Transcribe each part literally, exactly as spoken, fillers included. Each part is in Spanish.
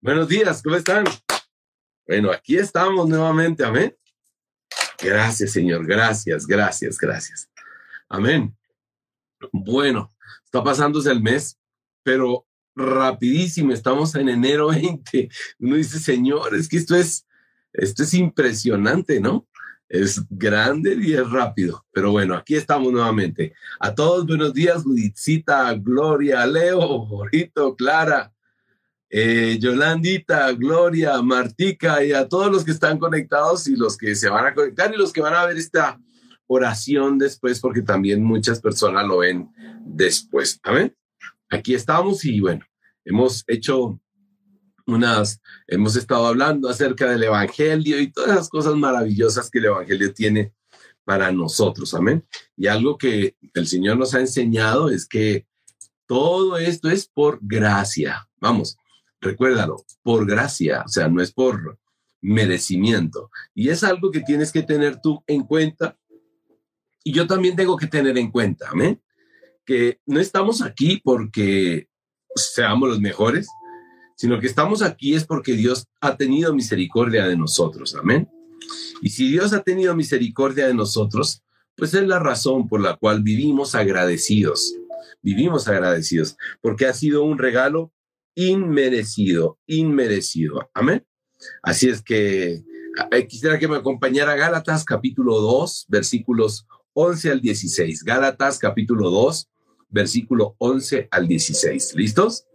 Buenos días, ¿cómo están? Bueno, aquí estamos nuevamente, amén. Gracias, Señor, gracias, gracias, gracias. Amén. Bueno, está pasándose el mes, pero rapidísimo, estamos en enero veinte. Uno dice, Señor, es que esto es, esto es impresionante, ¿no? Es grande y es rápido, pero bueno, aquí estamos nuevamente. A todos, buenos días, Judithcita, Gloria, Leo, Jorito, Clara, eh, Yolandita, Gloria, Martica, y a todos los que están conectados y los que se van a conectar y los que van a ver esta oración después, porque también muchas personas lo ven después. Amén. Aquí estamos y bueno, hemos hecho unas, hemos estado hablando acerca del evangelio y todas las cosas maravillosas que el evangelio tiene para nosotros. Amén. Y algo que el Señor nos ha enseñado es que todo esto es por gracia. Vamos, recuérdalo, por gracia, o sea, no es por merecimiento. Y es algo que tienes que tener tú en cuenta. Y yo también tengo que tener en cuenta, amén, que no estamos aquí porque seamos los mejores, sino que estamos aquí es porque Dios ha tenido misericordia de nosotros, amén. Y si Dios ha tenido misericordia de nosotros, pues es la razón por la cual vivimos agradecidos, vivimos agradecidos, porque ha sido un regalo inmerecido, inmerecido, amén. Así es que eh, quisiera que me acompañara Gálatas capítulo dos, versículos once al dieciséis. Gálatas capítulo dos, versículo once al dieciséis. ¿Listos?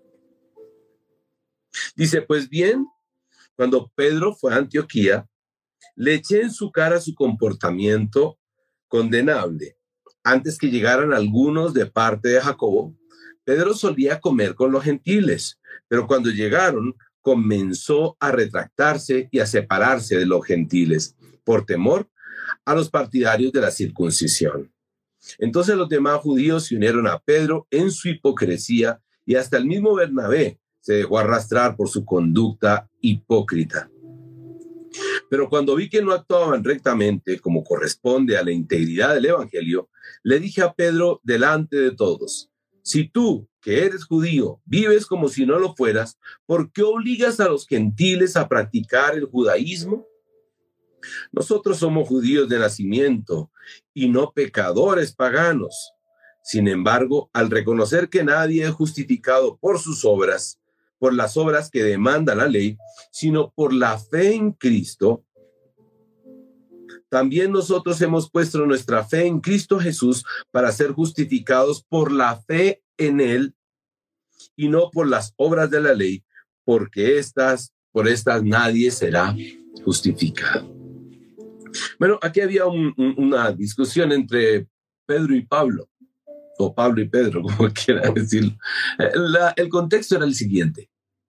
Dice, pues bien, cuando Pedro fue a Antioquía, le eché en su cara su comportamiento condenable. Antes que llegaran algunos de parte de Jacobo, Pedro solía comer con los gentiles, pero cuando llegaron, comenzó a retractarse y a separarse de los gentiles, por temor a los partidarios de la circuncisión. Entonces los demás judíos se unieron a Pedro en su hipocresía y hasta el mismo Bernabé se dejó arrastrar por su conducta hipócrita. Pero cuando vi que no actuaban rectamente como corresponde a la integridad del evangelio, le dije a Pedro delante de todos, si tú, que eres judío, vives como si no lo fueras, ¿por qué obligas a los gentiles a practicar el judaísmo? Nosotros somos judíos de nacimiento y no pecadores paganos. Sin embargo, al reconocer que nadie es justificado por sus obras, por las obras que demanda la ley, sino por la fe en Cristo, también nosotros hemos puesto nuestra fe en Cristo Jesús para ser justificados por la fe en Él y no por las obras de la ley, porque estas, por estas nadie será justificado. Bueno, aquí había un, un, una discusión entre Pedro y Pablo, o Pablo y Pedro, como quieran decirlo. La, el contexto era el siguiente.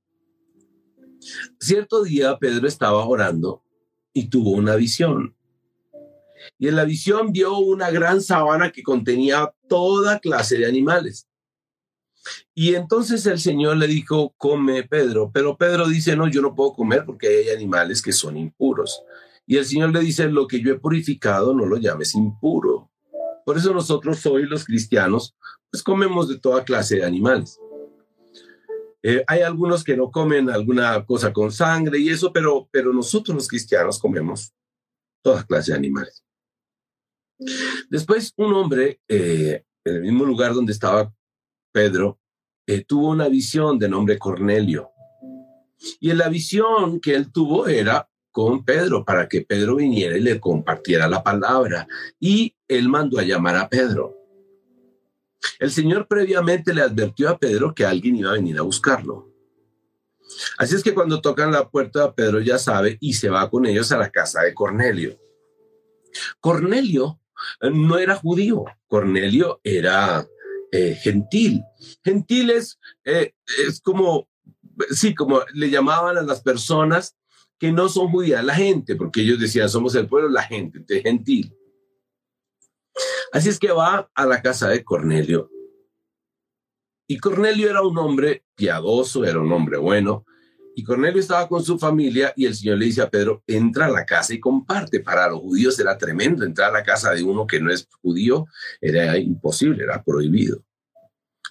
Cierto día Pedro estaba orando y tuvo una visión. Y en la visión vio una gran sabana que contenía toda clase de animales. Y entonces el Señor le dijo, come Pedro. Pero Pedro dice, no, yo no puedo comer porque hay animales que son impuros. Y el Señor le dice, lo que yo he purificado no lo llames impuro. Por eso nosotros hoy los cristianos, pues comemos de toda clase de animales. Eh, hay algunos que no comen alguna cosa con sangre y eso, pero, pero nosotros los cristianos comemos toda clase de animales. Después un hombre, eh, en el mismo lugar donde estaba Pedro, eh, tuvo una visión de nombre Cornelio. Y en la visión que él tuvo era con Pedro, para que Pedro viniera y le compartiera la palabra. Y él mandó a llamar a Pedro. El Señor previamente le advirtió a Pedro que alguien iba a venir a buscarlo. Así es que cuando tocan la puerta, Pedro ya sabe y se va con ellos a la casa de Cornelio. Cornelio no era judío, Cornelio era eh, gentil. Gentil es, eh, es como, sí, como le llamaban a las personas que no son judías, la gente, porque ellos decían, somos el pueblo, la gente, entonces gentil. Así es que va a la casa de Cornelio. Y Cornelio era un hombre piadoso, era un hombre bueno. Y Cornelio estaba con su familia y el Señor le dice a Pedro, entra a la casa y comparte. Para los judíos era tremendo, entrar a la casa de uno que no es judío era imposible, era prohibido.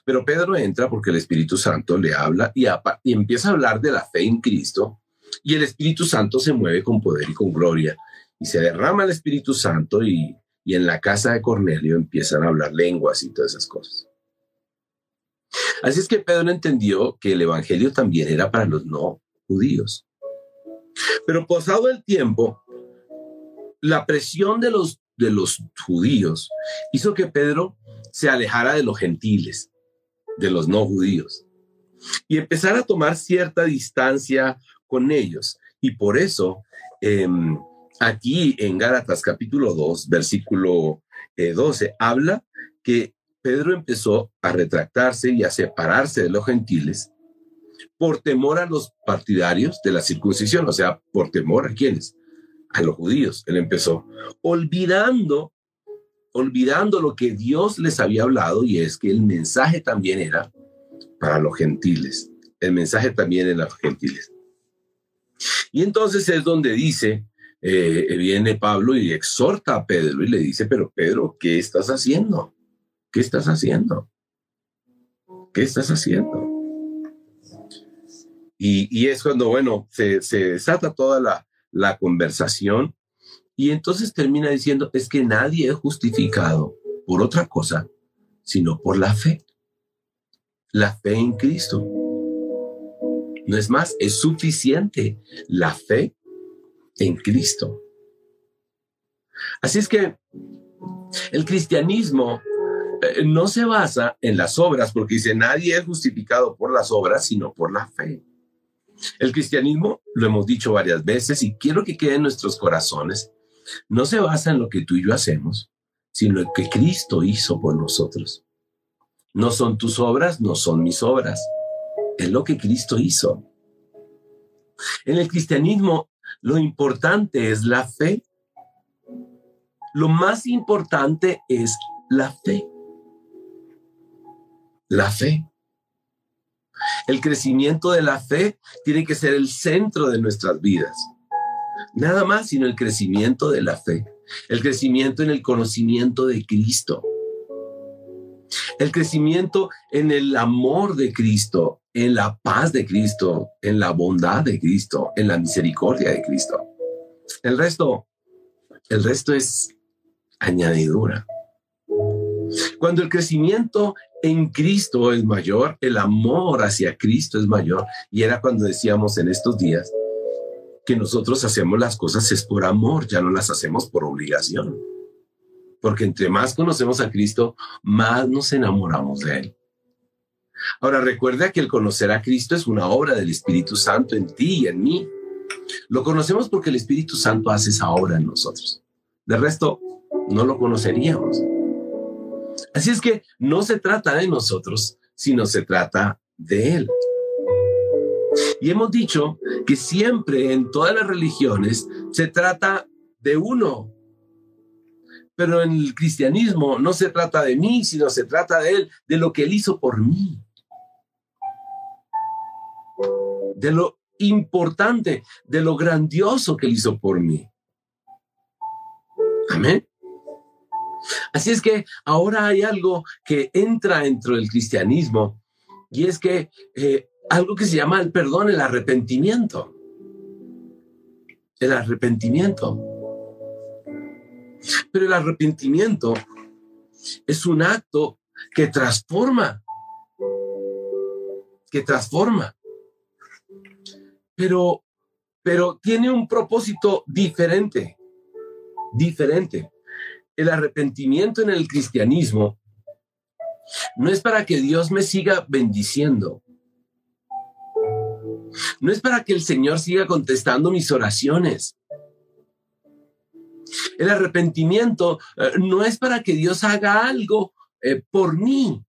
Pero Pedro entra porque el Espíritu Santo le habla y, y empieza a hablar de la fe en Cristo, y el Espíritu Santo se mueve con poder y con gloria, y se derrama el Espíritu Santo, y, y en la casa de Cornelio empiezan a hablar lenguas y todas esas cosas. Así es que Pedro entendió que el evangelio también era para los no judíos. Pero pasado el tiempo, la presión de los, de los judíos hizo que Pedro se alejara de los gentiles, de los no judíos, y empezara a tomar cierta distancia con ellos. Y por eso, eh, aquí en Gálatas capítulo dos, versículo eh, doce, habla que Pedro empezó a retractarse y a separarse de los gentiles por temor a los partidarios de la circuncisión, o sea, por temor a quiénes, a los judíos. Él empezó olvidando, olvidando lo que Dios les había hablado, y es que el mensaje también era para los gentiles. El mensaje también era para los gentiles. Y entonces es donde dice, eh, viene Pablo y exhorta a Pedro y le dice, pero Pedro, ¿qué estás haciendo? ¿Qué estás haciendo? ¿Qué estás haciendo? Y, y es cuando, bueno, se, se desata toda la, la conversación, y entonces termina diciendo, es que nadie es justificado por otra cosa, sino por la fe. La fe en Cristo. No es más, es suficiente la fe en Cristo. Así es que el cristianismo eh, no se basa en las obras, porque dice, nadie es justificado por las obras, sino por la fe. El cristianismo, lo hemos dicho varias veces y quiero que quede en nuestros corazones, no se basa en lo que tú y yo hacemos, sino en lo que Cristo hizo por nosotros. No son tus obras, no son mis obras. Es lo que Cristo hizo. En el cristianismo, lo importante es la fe. Lo más importante es la fe. La fe. El crecimiento de la fe tiene que ser el centro de nuestras vidas. Nada más sino el crecimiento de la fe. El crecimiento en el conocimiento de Cristo. El crecimiento en el amor de Cristo, en la paz de Cristo, en la bondad de Cristo, en la misericordia de Cristo. El resto, el resto es añadidura. Cuando el crecimiento en Cristo es mayor, el amor hacia Cristo es mayor. Y era cuando decíamos en estos días que nosotros hacemos las cosas es por amor, ya no las hacemos por obligación. Porque entre más conocemos a Cristo, más nos enamoramos de Él. Ahora, recuerda que el conocer a Cristo es una obra del Espíritu Santo en ti y en mí. Lo conocemos porque el Espíritu Santo hace esa obra en nosotros. De resto, no lo conoceríamos. Así es que no se trata de nosotros, sino se trata de Él. Y hemos dicho que siempre en todas las religiones se trata de uno. Pero en el cristianismo no se trata de mí, sino se trata de Él, de lo que Él hizo por mí. De lo importante, de lo grandioso que Él hizo por mí. Amén. Así es que ahora hay algo que entra dentro del cristianismo, y es que eh, algo que se llama el perdón, el arrepentimiento. El arrepentimiento. Pero el arrepentimiento es un acto que transforma, que transforma. Pero, pero tiene un propósito diferente, diferente. El arrepentimiento en el cristianismo no es para que Dios me siga bendiciendo. No es para que el Señor siga contestando mis oraciones. El arrepentimiento eh, no es para que Dios haga algo eh, por mí.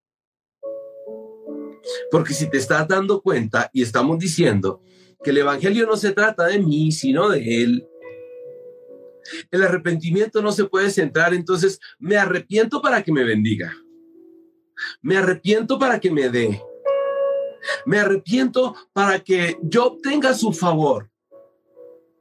Porque si te estás dando cuenta y estamos diciendo que el evangelio no se trata de mí, sino de Él, el arrepentimiento no se puede centrar, entonces me arrepiento para que me bendiga. Me arrepiento para que me dé. Me arrepiento para que yo obtenga su favor.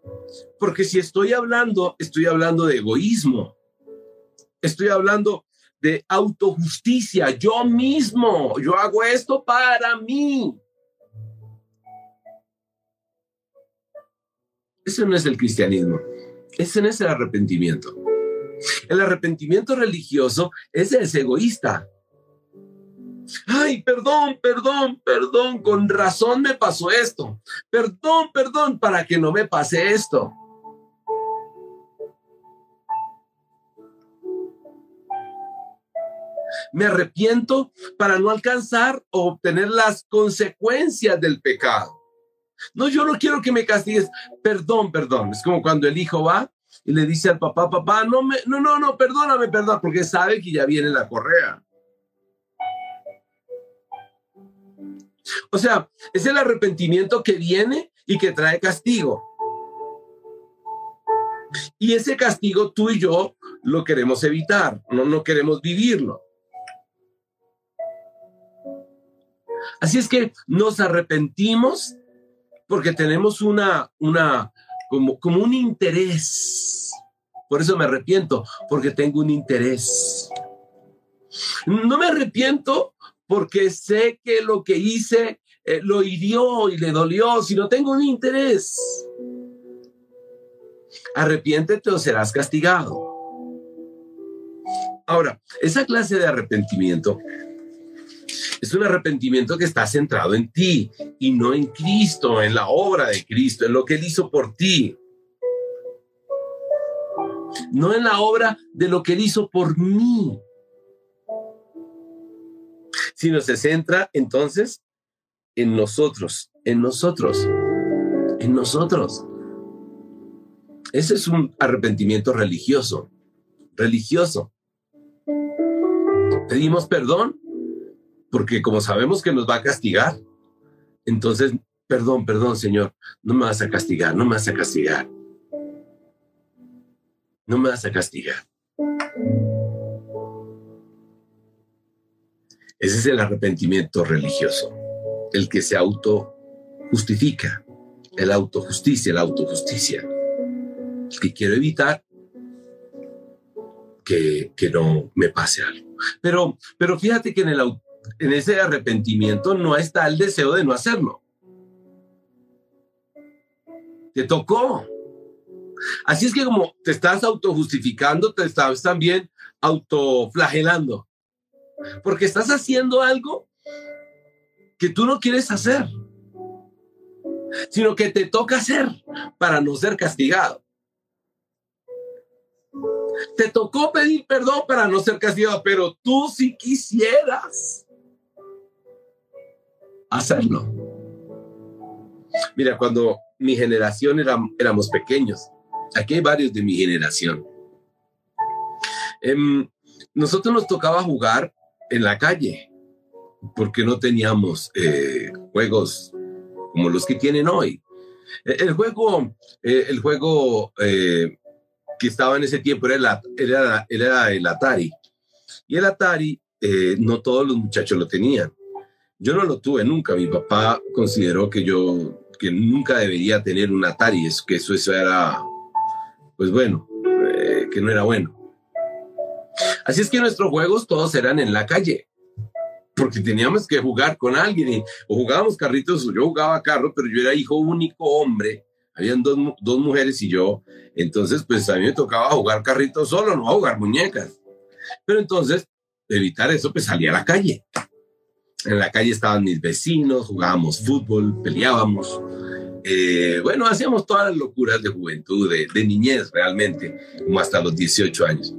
Porque si estoy hablando, estoy hablando de egoísmo. Estoy hablando de autojusticia. Yo mismo, yo hago esto para mí. Ese no es el cristianismo. Ese no es el arrepentimiento. El arrepentimiento religioso es egoísta. Ay, perdón, perdón, perdón, con razón me pasó esto. Perdón, perdón, para que no me pase esto. Me arrepiento para no alcanzar o obtener las consecuencias del pecado. No, yo no quiero que me castigues. Perdón, perdón. Es como cuando el hijo va y le dice al papá, papá, no, me, no, no, no, perdóname, perdón, porque sabe que ya viene la correa. O sea, es el arrepentimiento que viene y que trae castigo. Y ese castigo tú y yo lo queremos evitar, no, no queremos vivirlo. Así es que nos arrepentimos porque tenemos una, una, como, como un interés. Por eso me arrepiento, porque tengo un interés. No me arrepiento porque sé que lo que hice eh, lo hirió y le dolió, sino tengo un interés. Arrepiéntete o serás castigado. Ahora, esa clase de arrepentimiento es un arrepentimiento que está centrado en ti y no en Cristo, en la obra de Cristo, en lo que Él hizo por ti. No en la obra de lo que Él hizo por mí. Sino se centra entonces en nosotros, en nosotros, en nosotros. Ese es un arrepentimiento religioso, religioso. Pedimos perdón porque como sabemos que nos va a castigar, entonces, perdón, perdón, Señor, no me vas a castigar, no me vas a castigar. No me vas a castigar. Ese es el arrepentimiento religioso, el que se autojustifica, el autojusticia, la autojusticia. El que quiero evitar que, que no me pase algo. Pero, pero fíjate que en, el, en ese arrepentimiento no está el deseo de no hacerlo. Te tocó. Así es que como te estás autojustificando, te estás también autoflagelando. Porque estás haciendo algo que tú no quieres hacer, sino que te toca hacer para no ser castigado. Te tocó pedir perdón para no ser castigado, pero tú sí quisieras hacerlo. Mira, cuando mi generación era, éramos pequeños, aquí hay varios de mi generación, eh, nosotros nos tocaba jugar en la calle, porque no teníamos eh, juegos como los que tienen hoy. El juego, eh, el juego eh, que estaba en ese tiempo era el, era, era el Atari. Y el Atari, eh, no todos los muchachos lo tenían. Yo no lo tuve nunca. Mi papá consideró que yo que nunca debería tener un Atari, es, que eso, eso era, pues bueno, eh, que no era bueno. Así es que nuestros juegos todos eran en la calle, porque teníamos que jugar con alguien, y, o jugábamos carritos, yo jugaba carro, pero yo era hijo único hombre, habían dos, dos mujeres y yo, entonces pues a mí me tocaba jugar carritos solo, no jugar muñecas. Pero entonces, de evitar eso, pues salía a la calle. En la calle estaban mis vecinos, jugábamos fútbol, peleábamos, eh, bueno, hacíamos todas las locuras de juventud, de, de niñez realmente, como hasta los dieciocho años.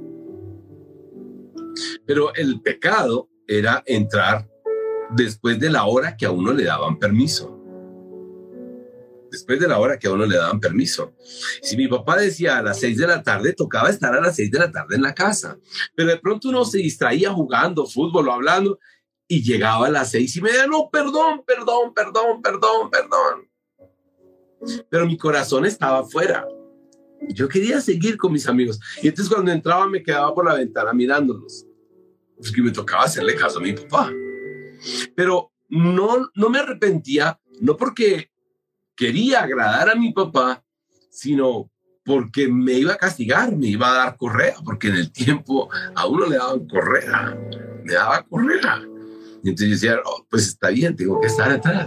Pero el pecado era entrar después de la hora que a uno le daban permiso. Después de la hora que a uno le daban permiso. Si mi papá decía a las seis de la tarde, tocaba estar a las seis de la tarde en la casa. Pero de pronto uno se distraía jugando fútbol o hablando y llegaba a las seis y media. No, perdón, perdón, perdón, perdón, perdón. Pero mi corazón estaba afuera. Yo quería seguir con mis amigos. Y entonces cuando entraba me quedaba por la ventana mirándolos. Pues que me tocaba hacerle caso a mi papá. Pero no, no me arrepentía, no porque quería agradar a mi papá, sino porque me iba a castigar, me iba a dar correa, porque en el tiempo a uno le daban correa, me daba correa. Y entonces yo decía, oh, pues está bien, tengo que estar atrás.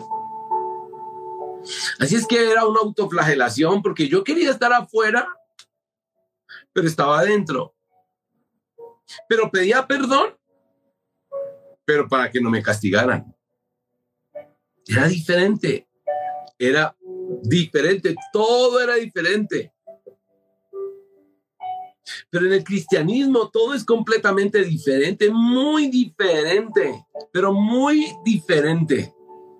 Así es que era una autoflagelación, porque yo quería estar afuera, pero estaba adentro. Pero pedía perdón, pero para que no me castigaran. Era diferente, era diferente, todo era diferente. Pero en el cristianismo todo es completamente diferente, muy diferente, pero muy diferente.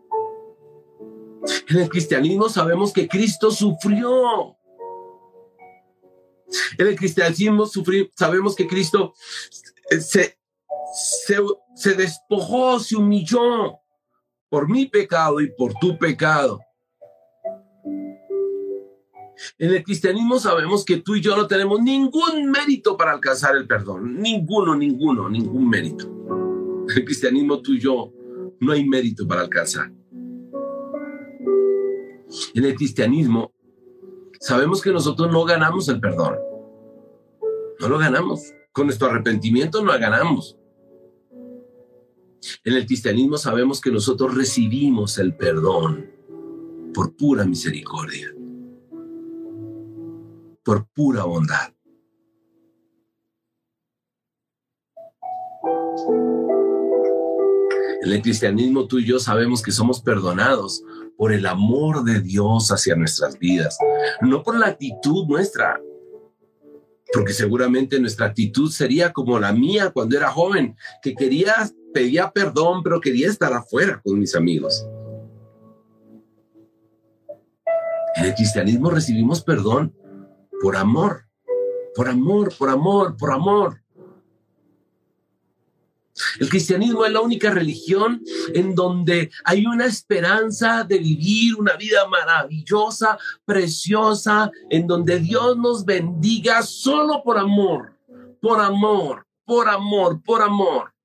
En el cristianismo sabemos que Cristo sufrió. En el cristianismo sufrí, sabemos que Cristo se, se, se despojó, se humilló por mi pecado y por tu pecado. En el cristianismo sabemos que tú y yo no tenemos ningún mérito para alcanzar el perdón. Ninguno, ninguno, ningún mérito. En el cristianismo tú y yo no hay mérito para alcanzar. En el cristianismo sabemos que nosotros no ganamos el perdón. No lo ganamos. Con nuestro arrepentimiento no lo ganamos. En el cristianismo sabemos que nosotros recibimos el perdón por pura misericordia, por pura bondad. En el cristianismo tú y yo sabemos que somos perdonados por el amor de Dios hacia nuestras vidas, no por la actitud nuestra, porque seguramente nuestra actitud sería como la mía cuando era joven, que quería, pedía perdón, pero quería estar afuera con mis amigos. En el cristianismo recibimos perdón por amor, por amor, por amor, por amor. El cristianismo es la única religión en donde hay una esperanza de vivir una vida maravillosa, preciosa, en donde Dios nos bendiga solo por amor, por amor, por amor, por amor.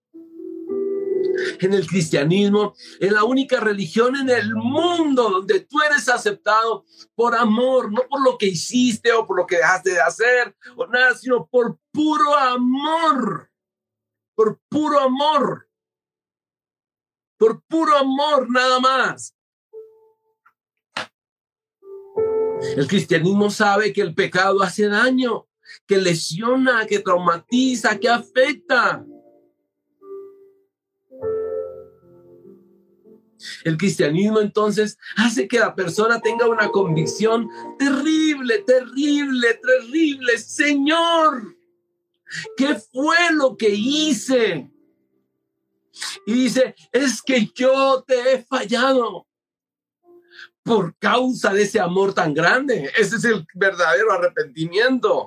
En el cristianismo es la única religión en el mundo donde tú eres aceptado por amor, no por lo que hiciste o por lo que dejaste de hacer o nada, sino por puro amor. Por puro amor, por puro amor, nada más. El cristianismo sabe que el pecado hace daño, que lesiona, que traumatiza, que afecta. El cristianismo entonces hace que la persona tenga una convicción terrible, terrible, terrible. Señor, ¿qué fue lo que hice? Y dice, es que yo te he fallado por causa de ese amor tan grande. Ese es el verdadero arrepentimiento.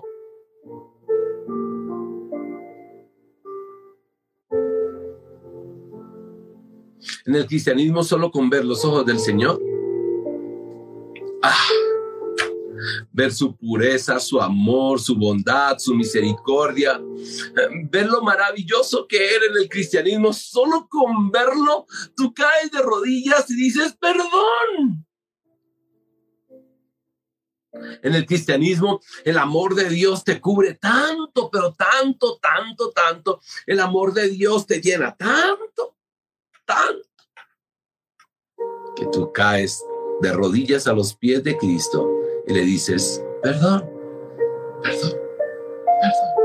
En el cristianismo, solo con ver los ojos del Señor, ah, ver su pureza, su amor, su bondad, su misericordia, ver lo maravilloso que era en el cristianismo, solo con verlo, tú caes de rodillas y dices, perdón. En el cristianismo, el amor de Dios te cubre tanto, pero tanto, tanto, tanto. El amor de Dios te llena tanto, tanto, que tú caes de rodillas a los pies de Cristo y le dices, perdón, perdón, perdón.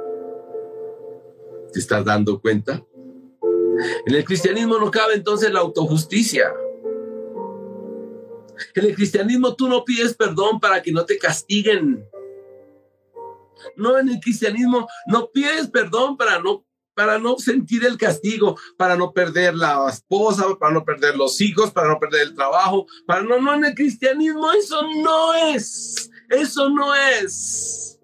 ¿Te estás dando cuenta? En el cristianismo no cabe entonces la autojusticia. En el cristianismo tú no pides perdón para que no te castiguen. No, en el cristianismo no pides perdón para no, para no sentir el castigo, para no perder la esposa, para no perder los hijos, para no perder el trabajo. Para no, no, en el cristianismo eso no es. Eso no es.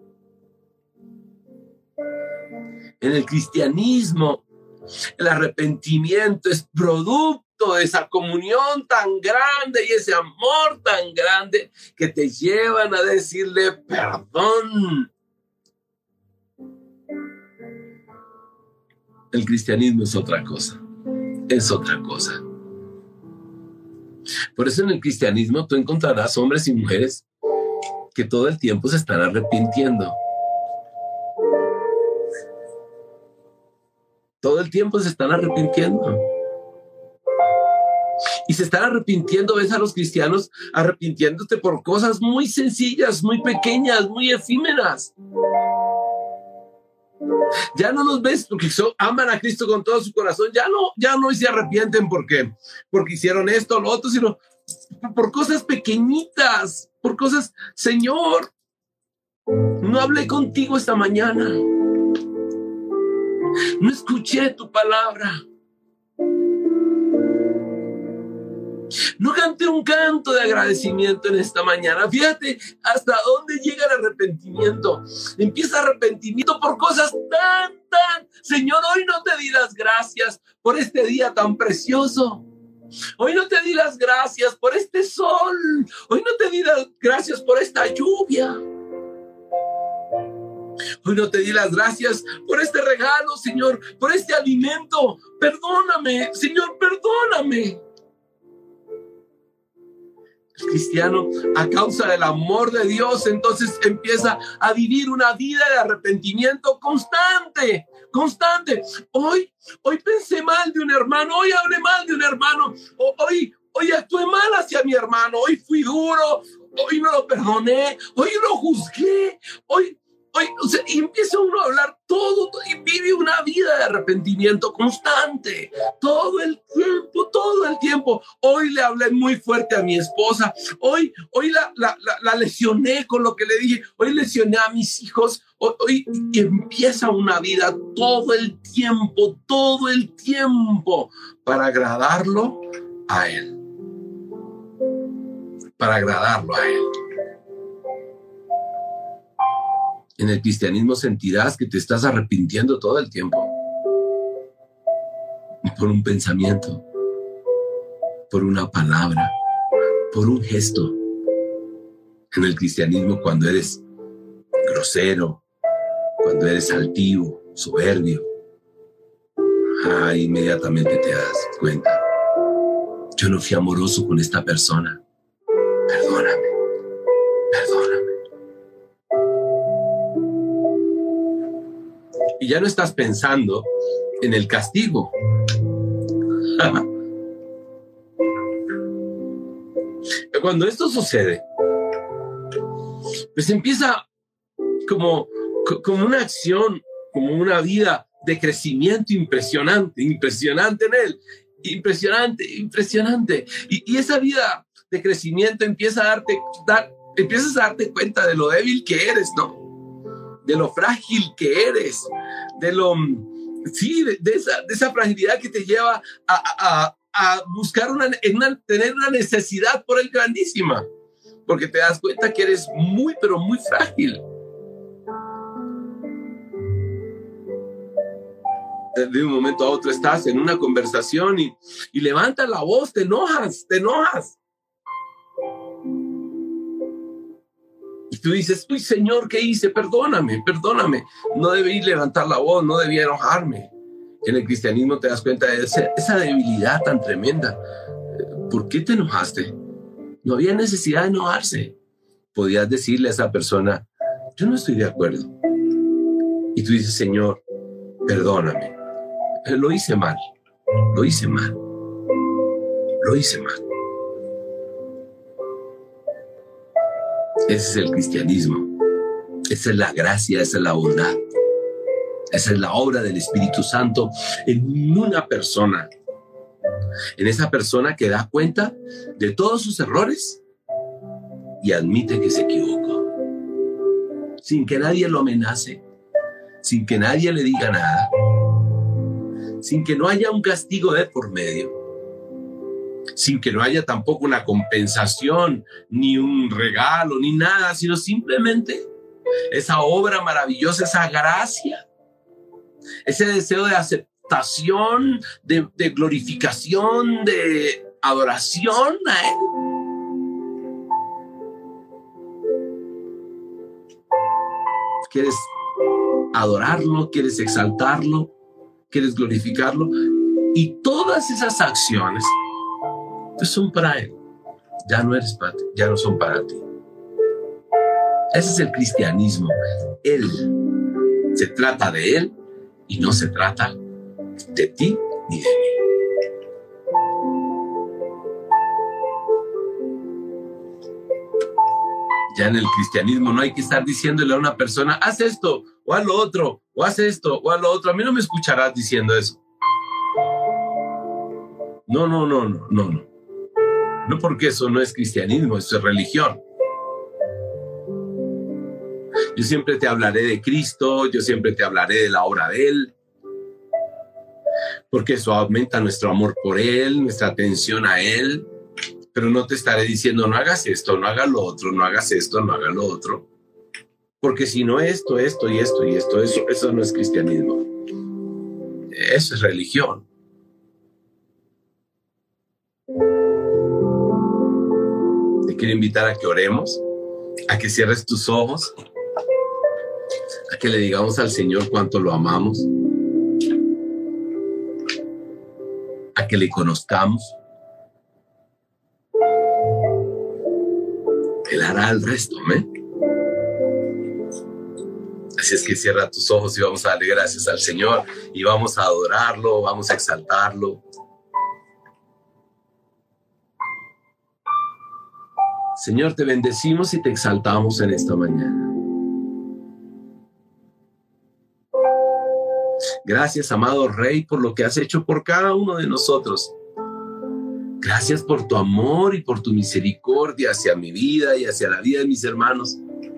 En el cristianismo el arrepentimiento es producto de esa comunión tan grande y ese amor tan grande que te llevan a decirle perdón. El cristianismo es otra cosa, es otra cosa. Por eso en el cristianismo tú encontrarás hombres y mujeres que todo el tiempo se están arrepintiendo. Todo el tiempo se están arrepintiendo. Y se están arrepintiendo, ves a los cristianos arrepintiéndose por cosas muy sencillas, muy pequeñas, muy efímeras. Ya no los ves porque son, aman a Cristo con todo su corazón. Ya no, ya no se arrepienten porque, porque hicieron esto o lo otro, sino por cosas pequeñitas, por cosas, Señor, no hablé contigo esta mañana. No escuché tu palabra. No canté un canto de agradecimiento en esta mañana. Fíjate hasta dónde llega el arrepentimiento. Empieza arrepentimiento por cosas tan, tan. Señor, hoy no te di las gracias por este día tan precioso. Hoy no te di las gracias por este sol. Hoy no te di las gracias por esta lluvia. Hoy no te di las gracias por este regalo, Señor, por este alimento. Perdóname, Señor, perdóname. El cristiano, a causa del amor de Dios, entonces empieza a vivir una vida de arrepentimiento constante, constante. Hoy, hoy pensé mal de un hermano, hoy hablé mal de un hermano, hoy, hoy actué mal hacia mi hermano, hoy fui duro, hoy no lo perdoné, hoy lo juzgué, hoy... Hoy, o sea, y empieza uno a hablar todo y vive una vida de arrepentimiento constante, todo el tiempo, todo el tiempo. Hoy le hablé muy fuerte a mi esposa, hoy, hoy la, la, la, la lesioné con lo que le dije, hoy lesioné a mis hijos, hoy, hoy y empieza una vida todo el tiempo, todo el tiempo para agradarlo a Él, para agradarlo a Él. En el cristianismo sentirás que te estás arrepintiendo todo el tiempo. Por un pensamiento, por una palabra, por un gesto. En el cristianismo, cuando eres grosero, cuando eres altivo, soberbio, ah, inmediatamente te das cuenta. Yo no fui amoroso con esta persona. Perdóname, perdóname. Y ya no estás pensando en el castigo. Cuando esto sucede, pues empieza como, como una acción, como una vida de crecimiento impresionante, impresionante en él, impresionante, impresionante. Y, y esa vida de crecimiento empieza a darte, dar, empiezas a darte cuenta de lo débil que eres, ¿no? De lo frágil que eres, de lo, sí, de, de, esa, de esa fragilidad que te lleva a, a, a buscar una, una, tener una necesidad por él grandísima, porque te das cuenta que eres muy, pero muy frágil. De un momento a otro estás en una conversación y, y levantas la voz, te enojas, te enojas. Y tú dices, uy, Señor, ¿qué hice? Perdóname, perdóname. No debí levantar la voz, no debía enojarme. En el cristianismo te das cuenta de esa, esa debilidad tan tremenda. ¿Por qué te enojaste? No había necesidad de enojarse. Podías decirle a esa persona, yo no estoy de acuerdo. Y tú dices, Señor, perdóname. Lo hice mal, lo hice mal, lo hice mal. Ese es el cristianismo. Esa es la gracia, esa es la bondad. Esa es la obra del Espíritu Santo en una persona. En esa persona que da cuenta de todos sus errores y admite que se equivocó. Sin que nadie lo amenace, sin que nadie le diga nada, sin que no haya un castigo de por medio, sin que no haya tampoco una compensación, ni un regalo, ni nada, sino simplemente esa obra maravillosa, esa gracia, ese deseo de aceptación, de, de glorificación, de adoración a Él. ¿Quieres adorarlo? ¿Quieres exaltarlo? ¿Quieres glorificarlo? Y todas esas acciones pues son para Él. Ya no eres para ti, ya no son para ti. Ese es el cristianismo. Él. Se trata de Él y no se trata de ti ni de mí. Ya en el cristianismo no hay que estar diciéndole a una persona, haz esto, o haz lo otro, o haz esto, o haz lo otro. A mí no me escucharás diciendo eso. No, no, no, no, no, no. No, porque eso no es cristianismo, eso es religión. Yo siempre te hablaré de Cristo, yo siempre te hablaré de la obra de Él, porque eso aumenta nuestro amor por Él, nuestra atención a Él, pero no te estaré diciendo, no hagas esto, no hagas lo otro, no hagas esto, no hagas lo otro, porque si no esto, esto y esto y esto, eso, eso no es cristianismo, eso es religión. Te quiero invitar a que oremos, a que cierres tus ojos, a que le digamos al Señor cuánto lo amamos, a que le conozcamos. Él hará el resto, ¿eh? Así es que cierra tus ojos y vamos a darle gracias al Señor y vamos a adorarlo, vamos a exaltarlo. Señor, te bendecimos y te exaltamos en esta mañana. Gracias, amado Rey, por lo que has hecho por cada uno de nosotros. Gracias por tu amor y por tu misericordia hacia mi vida y hacia la vida de mis hermanos.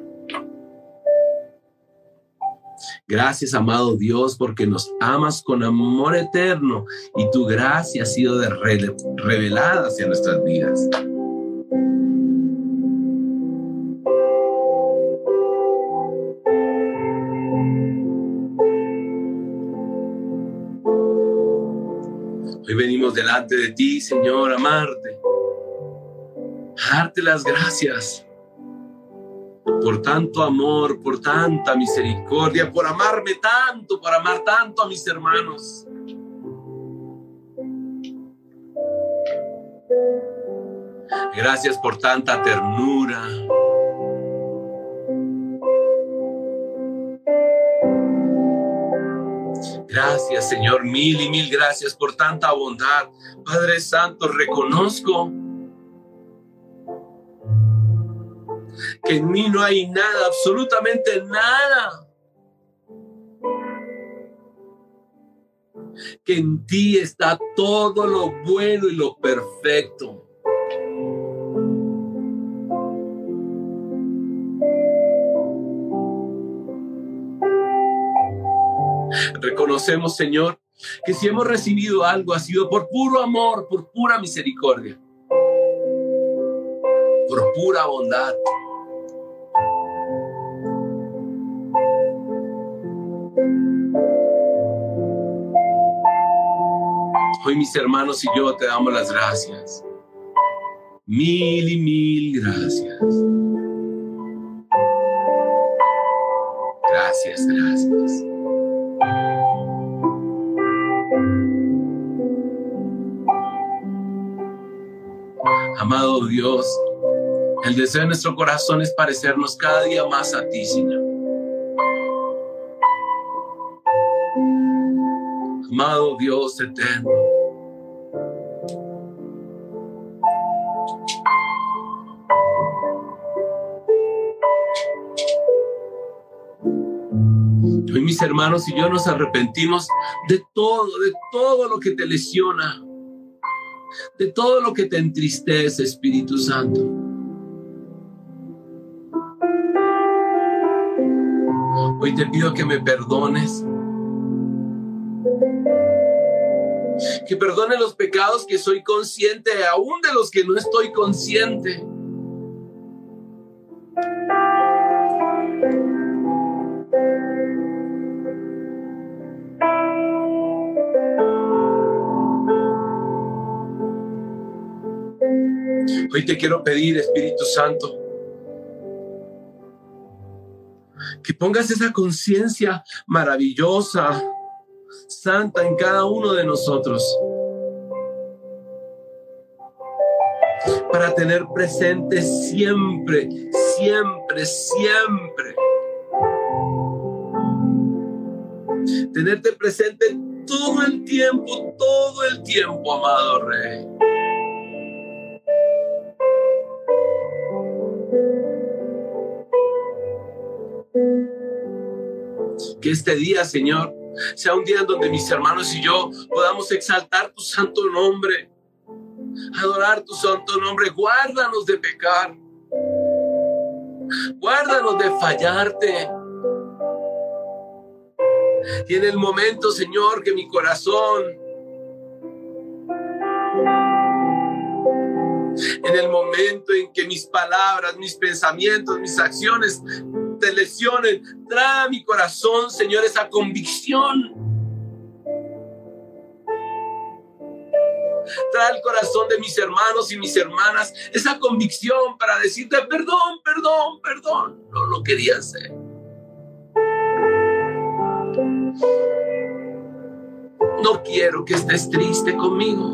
Gracias, amado Dios, porque nos amas con amor eterno y tu gracia ha sido de re- revelada hacia nuestras vidas. Hoy venimos delante de ti, Señor, a amarte, a darte las gracias por tanto amor, por tanta misericordia, por amarme tanto, por amar tanto a mis hermanos. Gracias por tanta ternura. Gracias, Señor, mil y mil gracias por tanta bondad. Padre Santo, reconozco que en mí no hay nada, absolutamente nada, que en ti está todo lo bueno y lo perfecto. Reconocemos, Señor, que si hemos recibido algo ha sido por puro amor, por pura misericordia, por pura bondad. Hoy mis hermanos y yo te damos las gracias. Mil y mil gracias. Gracias, gracias. Amado Dios, el deseo de nuestro corazón es parecernos cada día más a ti, Señor. Amado Dios eterno, hoy mis hermanos y yo nos arrepentimos de todo, de todo lo que te lesiona, de todo lo que te entristece, Espíritu Santo. Hoy te pido que me perdones, que perdone los pecados que soy consciente, aún de los que no estoy consciente. Hoy te quiero pedir, Espíritu Santo, que pongas esa conciencia maravillosa, santa en cada uno de nosotros, para tener presente siempre, siempre, siempre. Tenerte presente todo el tiempo, todo el tiempo, amado Rey. Que este día, Señor, sea un día en donde mis hermanos y yo podamos exaltar tu santo nombre, adorar tu santo nombre. Guárdanos de pecar, guárdanos de fallarte. Y en el momento, Señor, que mi corazón, en el momento en que mis palabras, mis pensamientos, mis acciones te lesionen, trae a mi corazón, Señor, esa convicción. Trae al corazón de mis hermanos y mis hermanas esa convicción para decirte perdón, perdón, perdón. No lo quería hacer. No quiero que estés triste conmigo.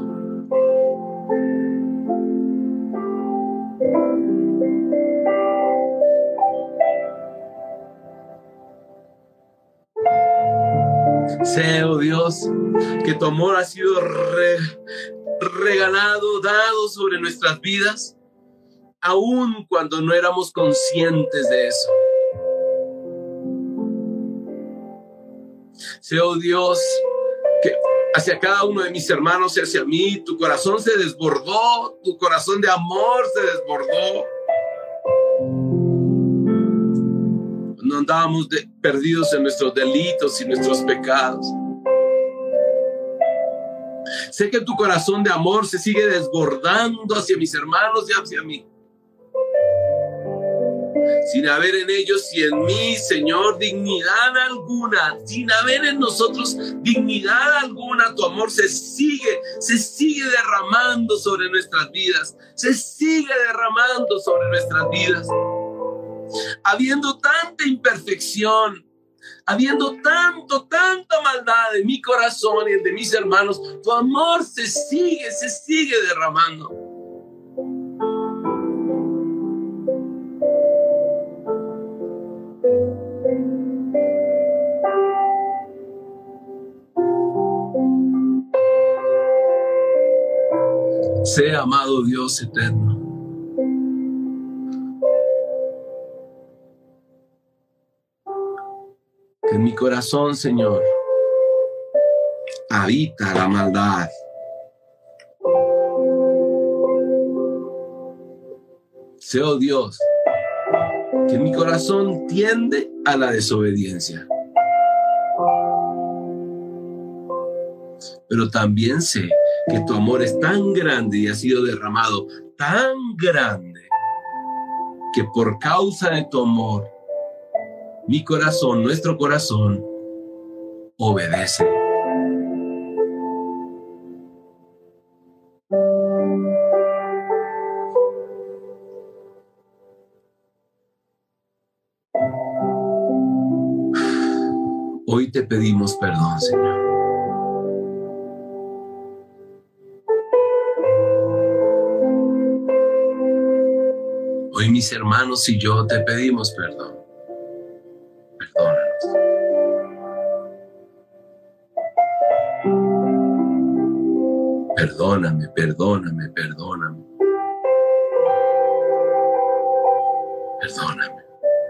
Sé, oh Dios, que tu amor ha sido re, regalado, dado sobre nuestras vidas, aun cuando no éramos conscientes de eso. Sé, oh Dios, que hacia cada uno de mis hermanos y hacia mí, tu corazón se desbordó, tu corazón de amor se desbordó. No andábamos de, perdidos en nuestros delitos y nuestros pecados. Sé que tu corazón de amor se sigue desbordando hacia mis hermanos y hacia mí. Sin haber en ellos y en mí, Señor, dignidad alguna, sin haber en nosotros dignidad alguna, tu amor se sigue, se sigue derramando sobre nuestras vidas, se sigue derramando sobre nuestras vidas. Habiendo tanta imperfección, habiendo tanto, tanta maldad en mi corazón y en de mis hermanos, tu amor se sigue, se sigue derramando. Sea, amado Dios eterno, que en mi corazón, Señor, habita la maldad. Sea, oh Dios, que en mi corazón tiende a la desobediencia. Pero también sé que tu amor es tan grande y ha sido derramado tan grande que por causa de tu amor, mi corazón, nuestro corazón, obedece. Hoy te pedimos perdón, Señor. Hoy mis hermanos y yo te pedimos perdón. Perdónanos. Perdóname, perdóname, perdóname. Perdóname.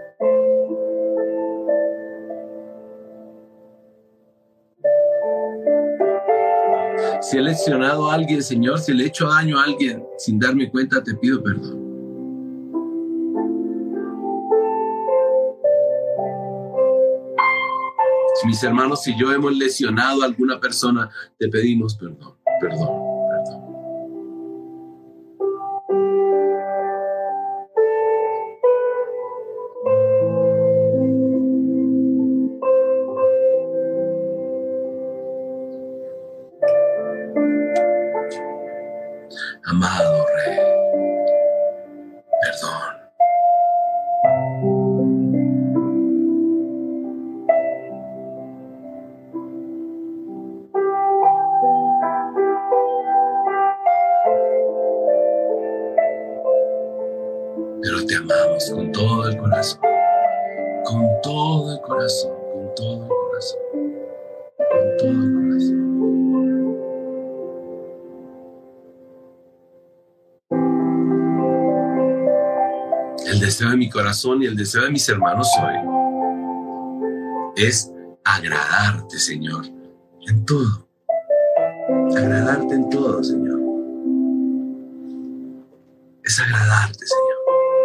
Si he lesionado a alguien, Señor, si le he hecho daño a alguien sin darme cuenta, te pido perdón. Si mis hermanos y yo hemos lesionado a alguna persona, te pedimos perdón, perdón, perdón. Amado Rey, perdón. amamos con todo el corazón, con todo el corazón, con todo el corazón, con todo el corazón. El deseo de mi corazón y el deseo de mis hermanos hoy es agradarte, Señor, en todo. Agradarte en todo, Señor. Es agradarte, Señor.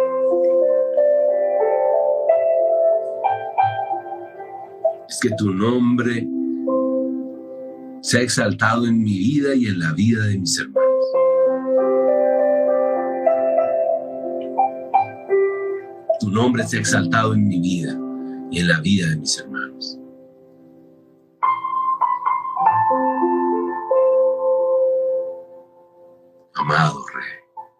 Es que tu nombre sea exaltado en mi vida y en la vida de mis hermanos. Tu nombre sea exaltado en mi vida y en la vida de mis hermanos. Amado Rey.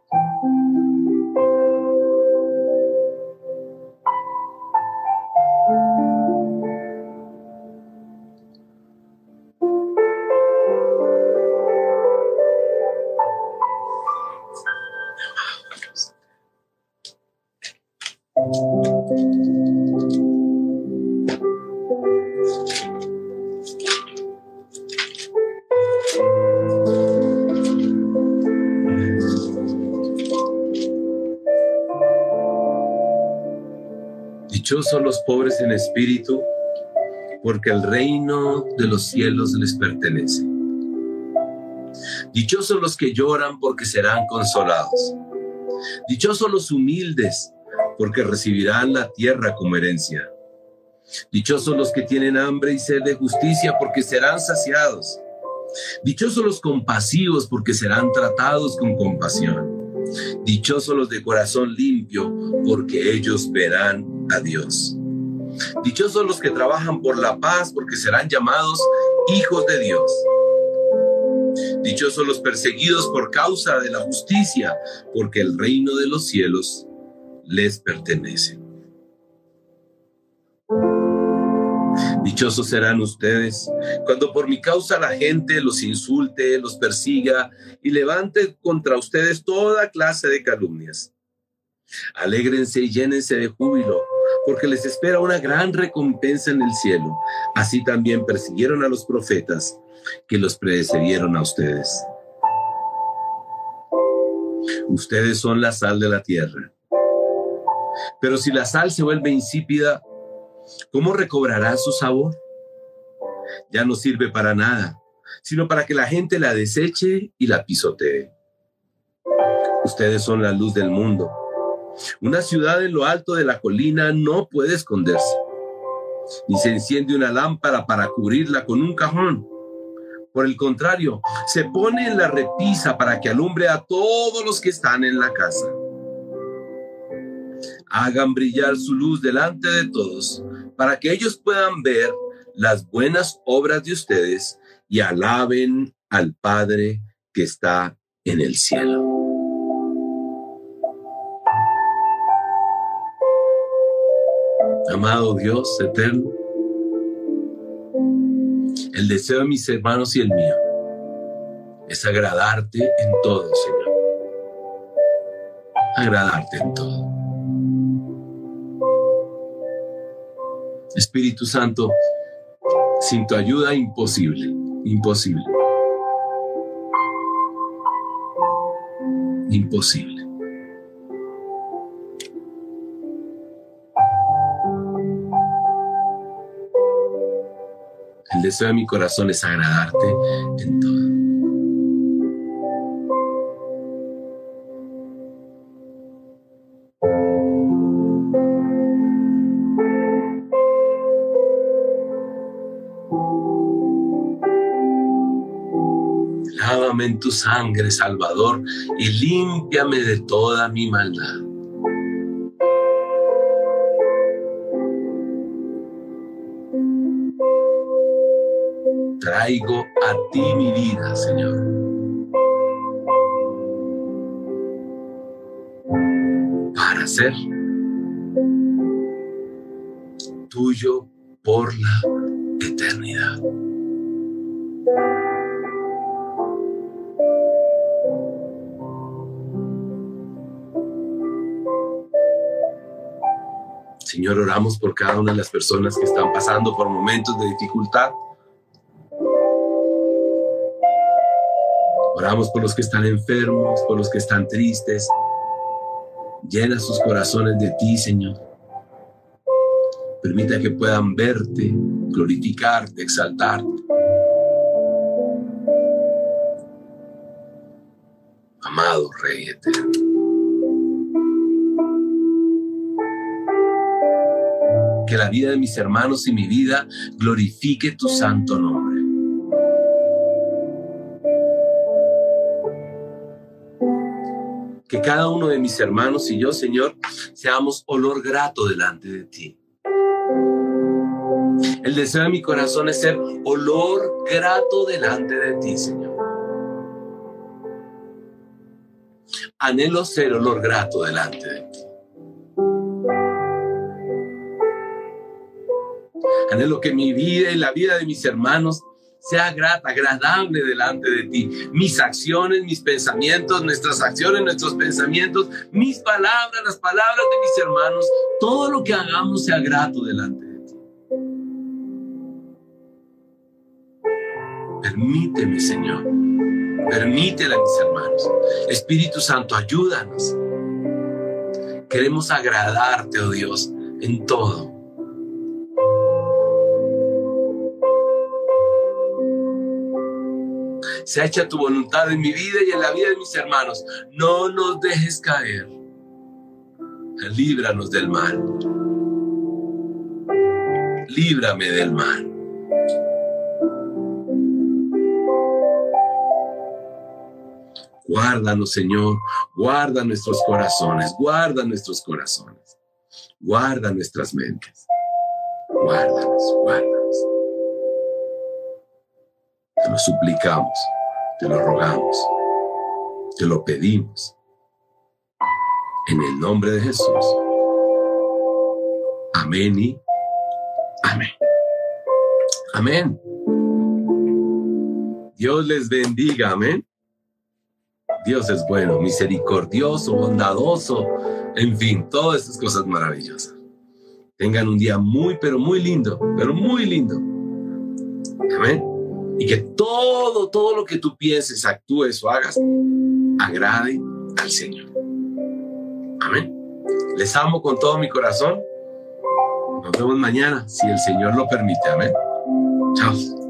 Dichosos los pobres en espíritu, porque el reino de los cielos les pertenece. Dichosos los que lloran, porque serán consolados. Dichosos los humildes, porque recibirán la tierra como herencia. Dichosos los que tienen hambre y sed de justicia, porque serán saciados. Dichosos los compasivos, porque serán tratados con compasión. Dichosos los de corazón limpio, porque ellos verán a Dios. Dichosos los que trabajan por la paz, porque serán llamados hijos de Dios. Dichosos los perseguidos por causa de la justicia, porque el reino de los cielos les pertenece. Dichosos serán ustedes cuando por mi causa la gente los insulte, los persiga y levante contra ustedes toda clase de calumnias. Alégrense y llénense de júbilo, porque les espera una gran recompensa en el cielo. Así también persiguieron a los profetas que los precedieron a ustedes. Ustedes son la sal de la tierra. Pero si la sal se vuelve insípida, ¿cómo recobrará su sabor? Ya no sirve para nada, sino para que la gente la deseche y la pisotee. Ustedes son la luz del mundo. Una ciudad en lo alto de la colina no puede esconderse, ni se enciende una lámpara para cubrirla con un cajón. Por el contrario, se pone en la repisa para que alumbre a todos los que están en la casa. Hagan brillar su luz delante de todos, para que ellos puedan ver las buenas obras de ustedes y alaben al Padre que está en el cielo. Amado Dios eterno, el deseo de mis hermanos y el mío es agradarte en todo, Señor. Agradarte en todo. Espíritu Santo, sin tu ayuda imposible, imposible, imposible. El deseo de mi corazón es agradarte en todo. Lávame en tu sangre, Salvador, y límpiame de toda mi maldad. Traigo a ti mi vida, Señor. Para ser tuyo por la eternidad. Señor, oramos por cada una de las personas que están pasando por momentos de dificultad. Oramos por los que están enfermos, por los que están tristes. Llena sus corazones de ti, Señor. Permita que puedan verte, glorificarte, exaltarte. Amado Rey eterno. Que la vida de mis hermanos y mi vida glorifique tu santo nombre. Que cada uno de mis hermanos y yo, Señor, seamos olor grato delante de ti. El deseo de mi corazón es ser olor grato delante de ti, Señor. Anhelo ser olor grato delante de ti. Anhelo que mi vida y la vida de mis hermanos sea grata, agradable delante de ti. Mis acciones, mis pensamientos, nuestras acciones, nuestros pensamientos, mis palabras, las palabras de mis hermanos, todo lo que hagamos sea grato delante de ti. Permíteme, Señor. Permítele a mis hermanos. Espíritu Santo, ayúdanos. Queremos agradarte, oh Dios, en todo. Sea hecha tu voluntad en mi vida y en la vida de mis hermanos. No nos dejes caer. Líbranos del mal. Líbrame del mal. Guárdanos, Señor. Guarda nuestros corazones. Guarda nuestros corazones. Guarda nuestras mentes. Guárdanos, guárdanos. Te lo suplicamos, te lo rogamos, te lo pedimos. En el nombre de Jesús. Amén y amén. Amén. Dios les bendiga, amén. Dios es bueno, misericordioso, bondadoso, en fin, todas estas cosas maravillosas. Tengan un día muy, pero muy lindo, pero muy lindo. Amén. Y que todo, todo lo que tú pienses, actúes o hagas, agrade al Señor. Amén. Les amo con todo mi corazón. Nos vemos mañana, si el Señor lo permite. Amén. Chao.